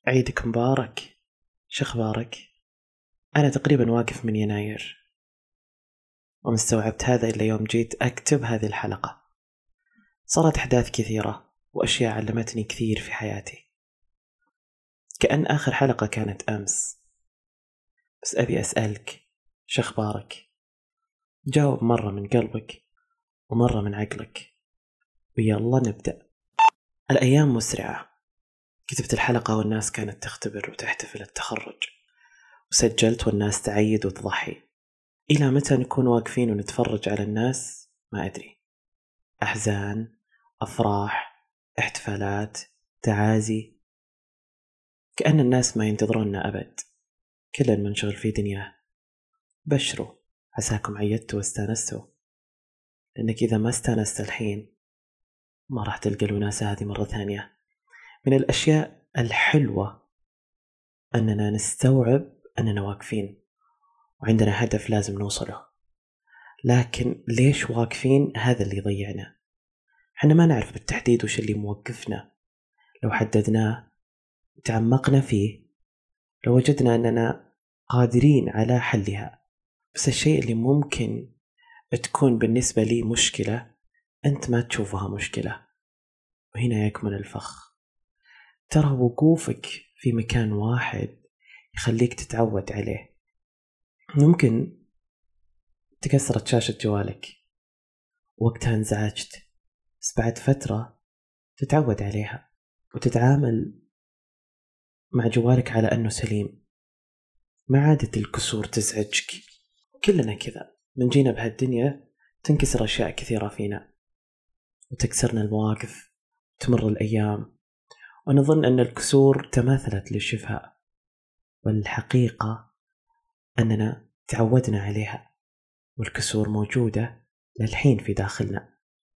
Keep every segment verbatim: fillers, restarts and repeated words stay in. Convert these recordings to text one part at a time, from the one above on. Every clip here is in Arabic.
عيدك مبارك. شخبارك؟ أنا تقريبا واقف من يناير وما استوعبت هذا إلا يوم جيت أكتب هذه الحلقة. صارت أحداث كثيرة وأشياء علمتني كثير في حياتي، كأن آخر حلقة كانت أمس. بس أبي أسألك شخبارك؟ جاوب مرة من قلبك ومرة من عقلك، ويلا نبدأ. الأيام مسرعة. كتبت الحلقة والناس كانت تختبر وتحتفل التخرج، وسجلت والناس تعيد وتضحي. إلى متى نكون واقفين ونتفرج على الناس؟ ما أدري. أحزان، أفراح، احتفالات، تعازي، كأن الناس ما ينتظروننا أبد. كل منشغل في دنياه. بشروا، عساكم عيدتوا واستانستوا، لأنك إذا ما استانست الحين ما راح تلقى الوناسة هذه مرة ثانية. من الأشياء الحلوة أننا نستوعب أننا واقفين وعندنا هدف لازم نوصله، لكن ليش واقفين؟ هذا اللي يضيعنا. حنا ما نعرف بالتحديد وش اللي موقفنا. لو حددناه وتعمقنا فيه لو وجدنا أننا قادرين على حلها. بس الشيء اللي ممكن تكون بالنسبة لي مشكلة أنت ما تشوفها مشكلة، وهنا يكمن الفخ. ترى وقوفك في مكان واحد يخليك تتعود عليه. ممكن تكسرت شاشة جوالك وقتها انزعجت، بس بعد فترة تتعود عليها وتتعامل مع جوالك على أنه سليم. ما عادت الكسور تزعجك. كلنا كذا من جينا بهالدنيا تنكسر أشياء كثيرة فينا وتكسرنا المواقف، تمر الأيام ونظن أن الكسور تماثلت للشفاء، والحقيقة أننا تعودنا عليها والكسور موجودة للحين في داخلنا.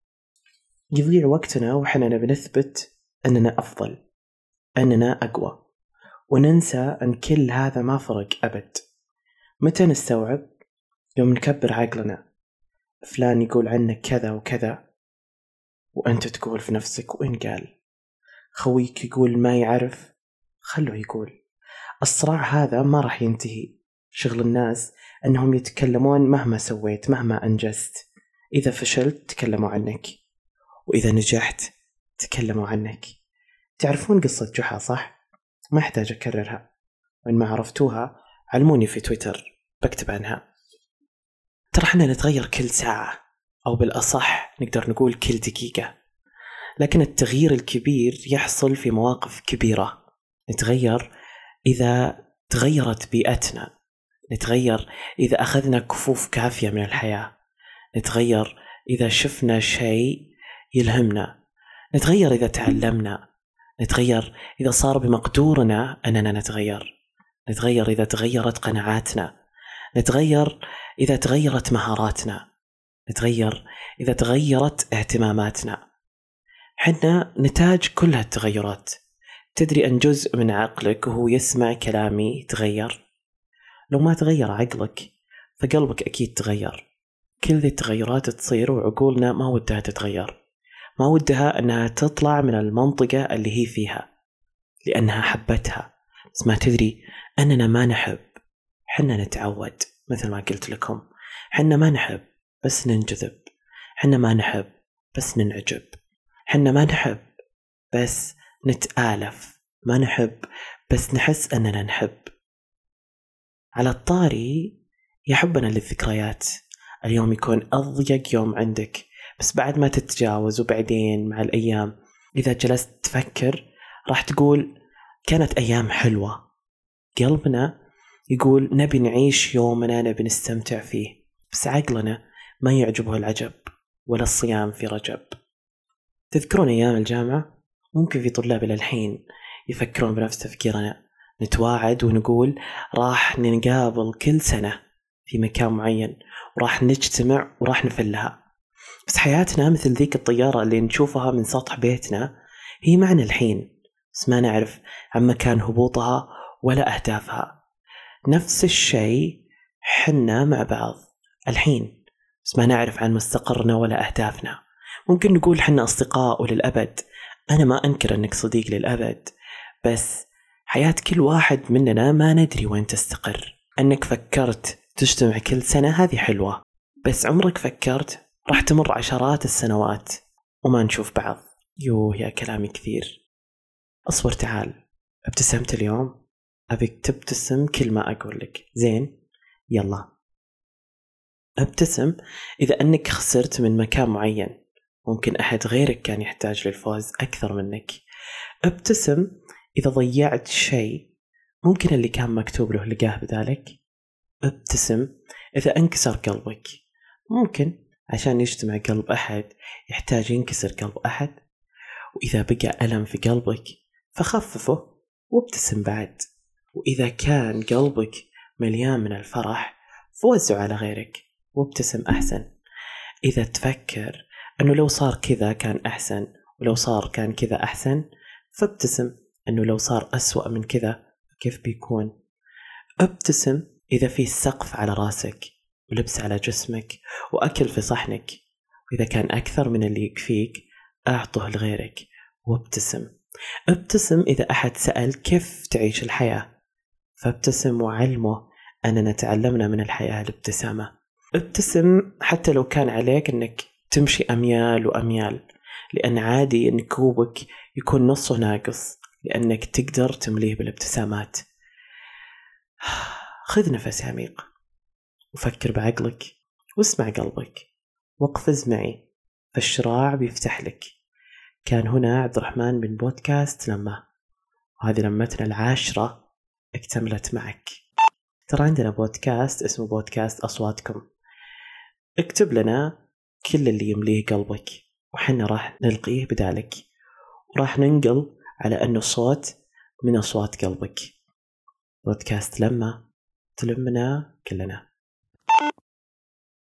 يضيع وقتنا وحنا بنثبت أننا أفضل، أننا أقوى، وننسى أن كل هذا ما فرق أبد. متى نستوعب؟ يوم نكبر عقلنا. فلان يقول عنك كذا وكذا وأنت تقول في نفسك وإن قال. خويك يقول ما يعرف، خلوه يقول. الصراع هذا ما راح ينتهي. شغل الناس أنهم يتكلمون مهما سويت، مهما أنجزت. إذا فشلت تكلموا عنك، وإذا نجحت تكلموا عنك. تعرفون قصة جحا صح؟ ما أحتاج أكررها، وإن ما عرفتوها علموني في تويتر بكتب عنها. ترى احنا نتغير كل ساعة، أو بالأصح نقدر نقول كل دقيقة، لكن التغيير الكبير يحصل في مواقف كبيرة. نتغير إذا تغيرت بيئتنا، نتغير إذا أخذنا كفوف كافية من الحياة، نتغير إذا شفنا شيء يلهمنا، نتغير إذا تعلمنا، نتغير إذا صار بمقدورنا أننا نتغير، نتغير إذا تغيرت قناعاتنا، نتغير إذا تغيرت مهاراتنا، نتغير إذا تغيرت اهتماماتنا. حنا نتاج كل هالتغيرات. تدري أن جزء من عقلك وهو يسمع كلامي تغير؟ لو ما تغير عقلك فقلبك أكيد تغير. كل ذي التغيرات تصير وعقولنا ما ودها تتغير، ما ودها أنها تطلع من المنطقة اللي هي فيها لأنها حبتها. بس ما تدري أننا ما نحب، حنا نتعود. مثل ما قلت لكم، حنا ما نحب بس ننجذب، حنا ما نحب بس ننعجب، حنا ما نحب بس نتآلف، ما نحب بس نحس أننا نحب. على الطاري يحبنا للذكريات. اليوم يكون أضيق يوم عندك، بس بعد ما تتجاوز وبعدين مع الأيام إذا جلست تفكر راح تقول كانت أيام حلوة. قلبنا يقول نبي نعيش يومنا، نبي نستمتع فيه، بس عقلنا ما يعجبه العجب ولا الصيام في رجب. تذكرون أيام الجامعة؟ ممكن في طلاب للحين يفكرون بنفس تفكيرنا. نتواعد ونقول راح نقابل كل سنة في مكان معين وراح نجتمع وراح نفلها، بس حياتنا مثل ذيك الطيارة اللي نشوفها من سطح بيتنا، هي معنا الحين بس ما نعرف عن مكان هبوطها ولا أهدافها. نفس الشيء حنا مع بعض الحين، بس ما نعرف عن مستقرنا ولا أهدافنا. ممكن نقول حنا أصدقاء وللأبد. أنا ما أنكر أنك صديق للأبد، بس حياة كل واحد مننا ما ندري وين تستقر. أنك فكرت تجتمع كل سنة هذه حلوة، بس عمرك فكرت راح تمر عشرات السنوات وما نشوف بعض؟ يوه يا كلامي كثير. أصبر تعال، ابتسمت اليوم، أبيك تبتسم كل ما أقول لك، زين؟ يلا ابتسم إذا أنك خسرت من مكان معين، ممكن أحد غيرك كان يحتاج للفوز أكثر منك. ابتسم إذا ضيعت شيء، ممكن اللي كان مكتوب له لقاه بدالك. ابتسم إذا انكسر قلبك، ممكن عشان يجتمع قلب أحد يحتاج ينكسر قلب أحد. وإذا بقى ألم في قلبك فخففه وابتسم بعد. وإذا كان قلبك مليان من الفرح فوزعه على غيرك وابتسم أحسن. إذا تفكر أنه لو صار كذا كان أحسن، ولو صار كان كذا أحسن، فابتسم أنه لو صار أسوأ من كذا كيف بيكون. ابتسم إذا في سقف على راسك ولبس على جسمك وأكل في صحنك، وإذا كان أكثر من اللي يكفيك أعطه لغيرك وابتسم. ابتسم إذا أحد سأل كيف تعيش الحياة، فابتسم وعلمه أننا تعلمنا من الحياة الابتسامة. ابتسم حتى لو كان عليك أنك تمشي أميال وأميال، لأن عادي أن كوبك يكون نصه ناقص، لأنك تقدر تمليه بالابتسامات. خذ نفس عميق وفكر بعقلك واسمع قلبك واقفز معي، فالشراع بيفتح لك. كان هنا عبد الرحمن من بودكاست لمة، وهذه لمتنا العاشرة اكتملت معك. ترى عندنا بودكاست اسمه بودكاست أصواتكم، اكتب لنا كل اللي يمليه قلبك وحنا راح نلقيه بدالك، وراح ننقل على أنه صوت من أصوات قلبك. بودكاست لما تلمنا كلنا.